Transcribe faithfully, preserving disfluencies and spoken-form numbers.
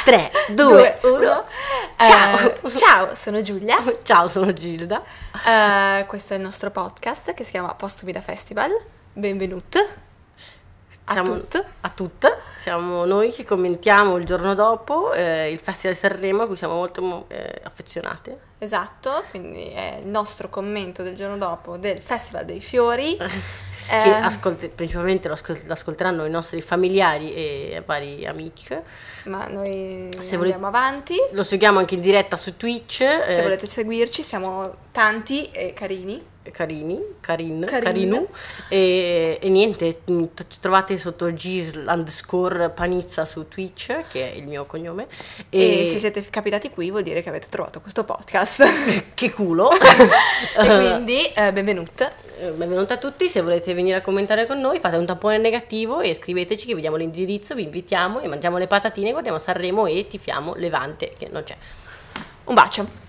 tre, due, uno. Ciao. Eh, ciao, sono Giulia. Ciao, sono Gilda. Uh, questo è il nostro podcast che si chiama Post Vida Festival. Benvenuti a Siamo, tutti. A tutte. Siamo noi che commentiamo il giorno dopo eh, il Festival di Sanremo, a cui siamo molto eh, affezionate. Esatto, quindi è il nostro commento del giorno dopo del Festival dei Fiori. Che eh, ascolt- principalmente lo, ascolt- lo ascolteranno i nostri familiari e vari amici. Ma noi se andiamo volete, avanti. Lo seguiamo anche in diretta su Twitch. Se eh, volete seguirci, siamo tanti e carini. Carini, Carin, Carin. Carinu e, e niente, ci trovate sotto Gis underscore Panizza su Twitch, che è il mio cognome, e, e se siete capitati qui vuol dire che avete trovato questo podcast. Che culo. E quindi eh, benvenuti. Benvenuti a tutti. Se volete venire a commentare con noi, fate un tampone negativo e scriveteci che vi diamo l'indirizzo, vi invitiamo e mangiamo le patatine, guardiamo Sanremo e tifiamo Levante, che non c'è. Un bacio.